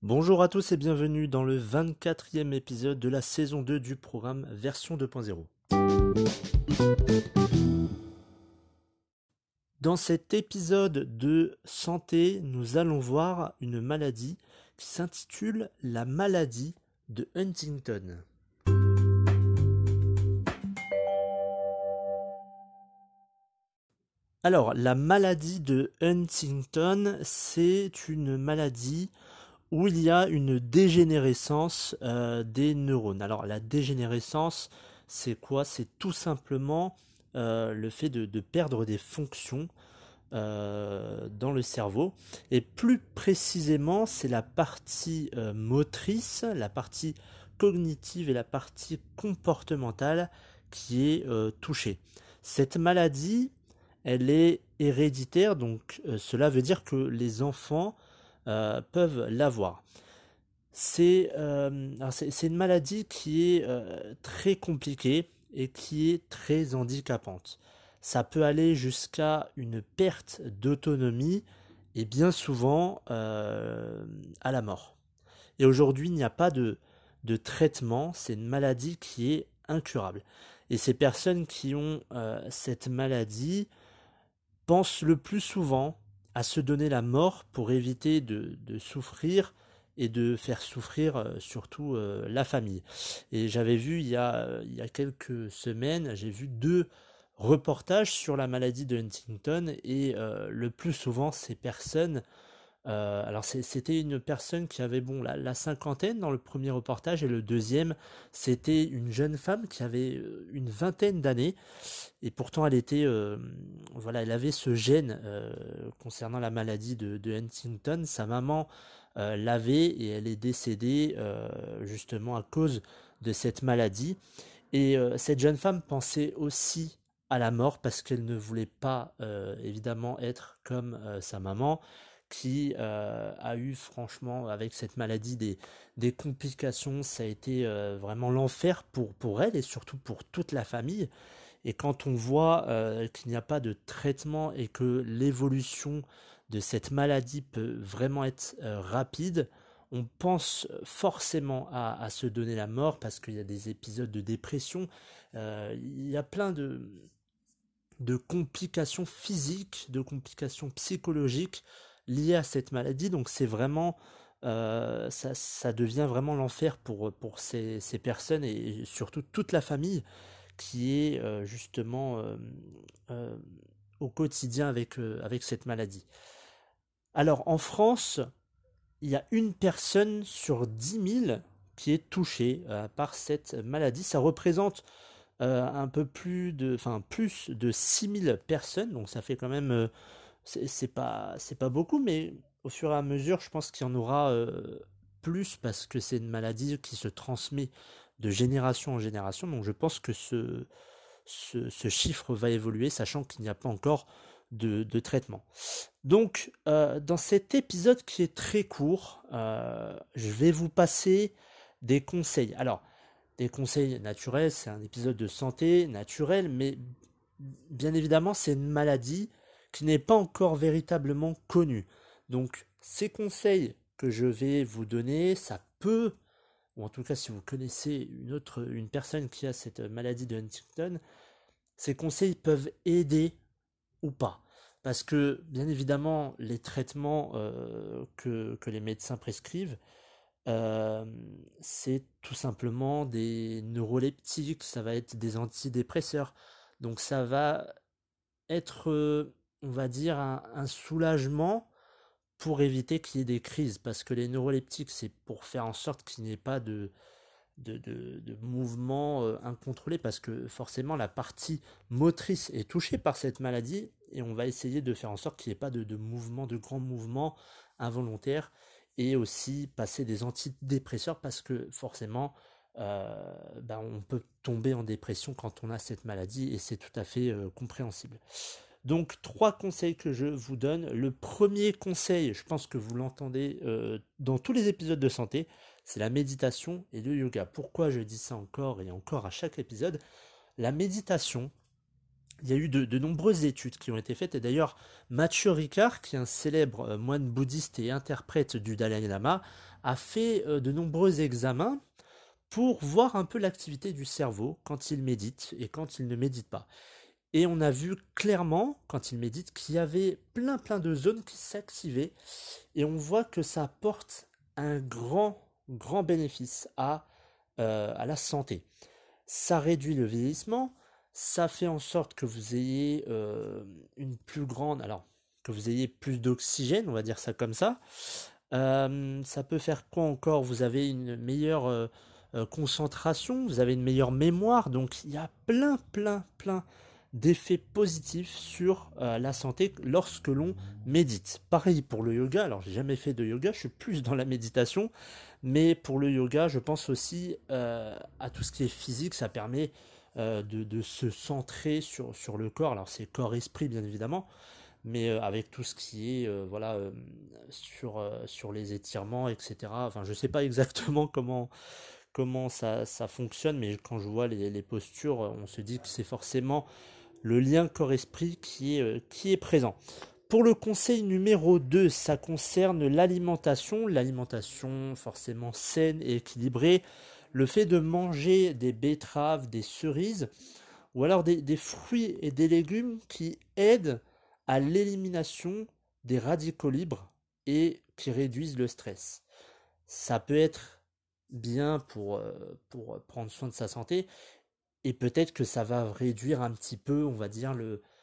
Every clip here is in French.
Bonjour à tous et bienvenue dans le 24e épisode de la saison 2 du programme Version 2.0. Dans cet épisode de santé, nous allons voir une maladie qui s'intitule la maladie de Huntington. Alors, la maladie de Huntington, c'est une maladie où il y a une dégénérescence des neurones. Alors la dégénérescence, c'est quoi? C'est tout simplement le fait de perdre des fonctions dans le cerveau. Et plus précisément, c'est la partie motrice, la partie cognitive et la partie comportementale qui est touchée. Cette maladie, elle est héréditaire, donc cela veut dire que les enfants peuvent l'avoir. C'est une maladie qui est très compliquée et qui est très handicapante. Ça peut aller jusqu'à une perte d'autonomie et bien souvent à la mort. Et aujourd'hui, il n'y a pas de traitement, c'est une maladie qui est incurable. Et ces personnes qui ont cette maladie pensent le plus souvent à se donner la mort pour éviter de souffrir et de faire souffrir surtout la famille. Et j'avais vu il y a quelques semaines, j'ai vu deux reportages sur la maladie de Huntington et le plus souvent ces personnes alors c'était une personne qui avait bon la cinquantaine dans le premier reportage et le deuxième c'était une jeune femme qui avait une vingtaine d'années et pourtant elle était voilà elle avait ce gène concernant la maladie de Huntington. Sa maman l'avait et elle est décédée justement à cause de cette maladie et cette jeune femme pensait aussi à la mort parce qu'elle ne voulait pas évidemment être comme sa maman qui a eu franchement avec cette maladie des complications. Ça a été vraiment l'enfer pour elle et surtout pour toute la famille. Et quand on voit qu'il n'y a pas de traitement et que l'évolution de cette maladie peut vraiment être rapide, on pense forcément à se donner la mort parce qu'il y a des épisodes de dépression, il y a plein de complications physiques, de complications psychologiques liées à cette maladie. Donc c'est vraiment, ça devient vraiment l'enfer pour ces personnes et surtout toute la famille qui est justement euh, au quotidien avec cette maladie. Alors en France, il y a une personne sur 10 000 qui est touchée par cette maladie. Ça représente un peu plus de 6 000 personnes, donc ça fait quand même, c'est pas beaucoup, mais au fur et à mesure, je pense qu'il y en aura plus parce que c'est une maladie qui se transmet de génération en génération, donc je pense que ce chiffre va évoluer, sachant qu'il n'y a pas encore de traitement. Donc, dans cet épisode qui est très court, je vais vous passer des conseils. Alors, des conseils naturels, c'est un épisode de santé naturelle, mais bien évidemment, c'est une maladie qui n'est pas encore véritablement connue. Donc, ces conseils que je vais vous donner, ça peut, ou en tout cas si vous connaissez une personne qui a cette maladie de Huntington, ces conseils peuvent aider ou pas. Parce que, bien évidemment, les traitements que les médecins prescrivent, euh, c'est tout simplement des neuroleptiques, ça va être des antidépresseurs. Donc ça va être, on va dire, un soulagement pour éviter qu'il y ait des crises. Parce que les neuroleptiques, c'est pour faire en sorte qu'il n'y ait pas de mouvements incontrôlés. Parce que forcément, la partie motrice est touchée par cette maladie. Et on va essayer de faire en sorte qu'il n'y ait pas de mouvements, de grands mouvements involontaires et aussi passer des antidépresseurs parce que forcément on peut tomber en dépression quand on a cette maladie et c'est tout à fait compréhensible. Donc 3 conseils que je vous donne. Le premier conseil, je pense que vous l'entendez dans tous les épisodes de santé, c'est la méditation et le yoga. Pourquoi je dis ça encore et encore à chaque épisode? La méditation, il y a eu de nombreuses études qui ont été faites, et d'ailleurs Mathieu Ricard, qui est un célèbre moine bouddhiste et interprète du Dalai Lama, a fait de nombreux examens pour voir un peu l'activité du cerveau quand il médite et quand il ne médite pas. Et on a vu clairement, quand il médite, qu'il y avait plein de zones qui s'activaient. Et on voit que ça apporte un grand bénéfice à la santé. Ça réduit le vieillissement, ça fait en sorte que vous ayez une plus grande... Alors, que vous ayez plus d'oxygène, on va dire ça comme ça. Ça peut faire quoi encore? Vous avez une meilleure concentration, vous avez une meilleure mémoire, donc il y a plein d'effets positifs sur la santé lorsque l'on médite. Pareil pour le yoga, alors j'ai jamais fait de yoga, je suis plus dans la méditation, mais pour le yoga, je pense aussi à tout ce qui est physique, ça permet de se centrer sur le corps, alors c'est corps-esprit bien évidemment, mais avec tout ce qui est voilà sur les étirements, etc. Enfin, je sais pas exactement comment ça fonctionne, mais quand je vois les postures, on se dit que c'est forcément le lien corps-esprit qui est présent. Pour le conseil numéro 2, ça concerne l'alimentation forcément saine et équilibrée, le fait de manger des betteraves, des cerises, ou alors des fruits et des légumes qui aident à l'élimination des radicaux libres et qui réduisent le stress. Ça peut être bien pour prendre soin de sa santé, et peut-être que ça va réduire un petit peu, on va dire,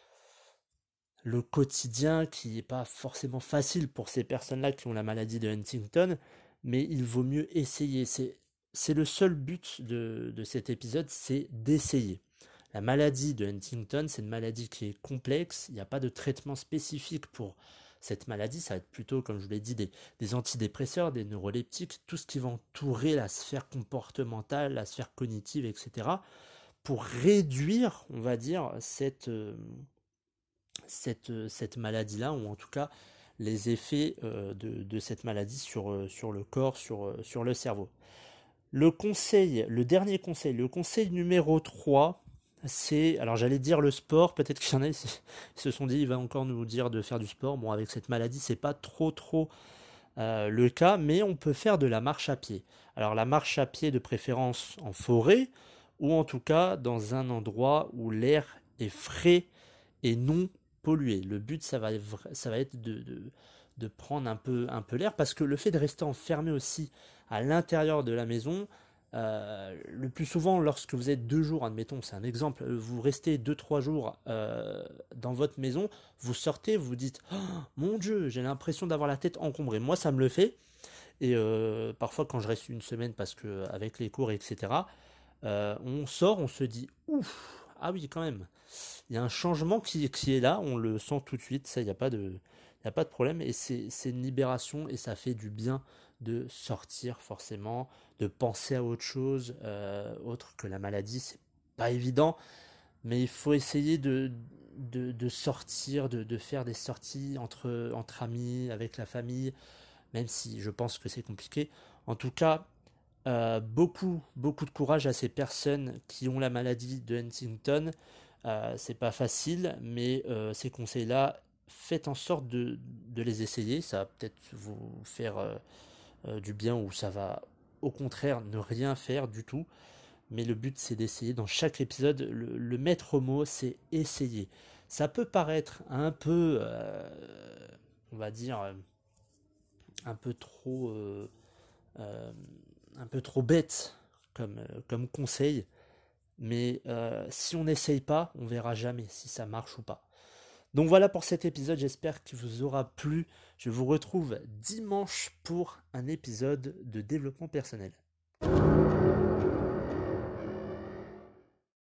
le quotidien qui n'est pas forcément facile pour ces personnes-là qui ont la maladie de Huntington, mais il vaut mieux essayer. C'est le seul but de cet épisode, c'est d'essayer. La maladie de Huntington, c'est une maladie qui est complexe, il n'y a pas de traitement spécifique pour cette maladie, ça va être plutôt, comme je vous l'ai dit, des antidépresseurs, des neuroleptiques, tout ce qui va entourer la sphère comportementale, la sphère cognitive, etc., pour réduire, on va dire, cette maladie-là, ou en tout cas les effets de cette maladie sur le corps, sur le cerveau. Le dernier conseil, le conseil numéro 3, c'est, alors j'allais dire le sport, peut-être qu'il y en a, ils se sont dit, il va encore nous dire de faire du sport. Bon, avec cette maladie, c'est pas trop le cas, mais on peut faire de la marche à pied. Alors la marche à pied de préférence en forêt, ou en tout cas dans un endroit où l'air est frais et non pollué. Le but, ça va être de prendre un peu l'air, parce que le fait de rester enfermé aussi à l'intérieur de la maison, le plus souvent lorsque vous êtes 2 jours, admettons, c'est un exemple, vous restez 2-3 jours dans votre maison, vous sortez, vous vous dites oh, mon Dieu, j'ai l'impression d'avoir la tête encombrée. Moi, ça me le fait, et parfois quand je reste une semaine, parce que avec les cours, etc., on sort, on se dit ouf, ah oui, quand même. Il y a un changement qui est là, on le sent tout de suite, ça, il y a pas de problème, et c'est une libération, et ça fait du bien de sortir forcément, de penser à autre chose, autre que la maladie, c'est pas évident, mais il faut essayer de sortir, de faire des sorties entre amis, avec la famille, même si je pense que c'est compliqué. En tout cas, beaucoup de courage à ces personnes qui ont la maladie de Huntington. C'est pas facile, mais ces conseils-là, faites en sorte de les essayer. Ça va peut-être vous faire du bien, ou ça va au contraire ne rien faire du tout. Mais le but, c'est d'essayer. Dans chaque épisode, le maître mot, c'est essayer. Ça peut paraître un peu, on va dire, un peu trop, euh, un peu trop bête comme conseil. Mais si on n'essaye pas, on verra jamais si ça marche ou pas. Donc voilà pour cet épisode, j'espère qu'il vous aura plu. Je vous retrouve dimanche pour un épisode de développement personnel.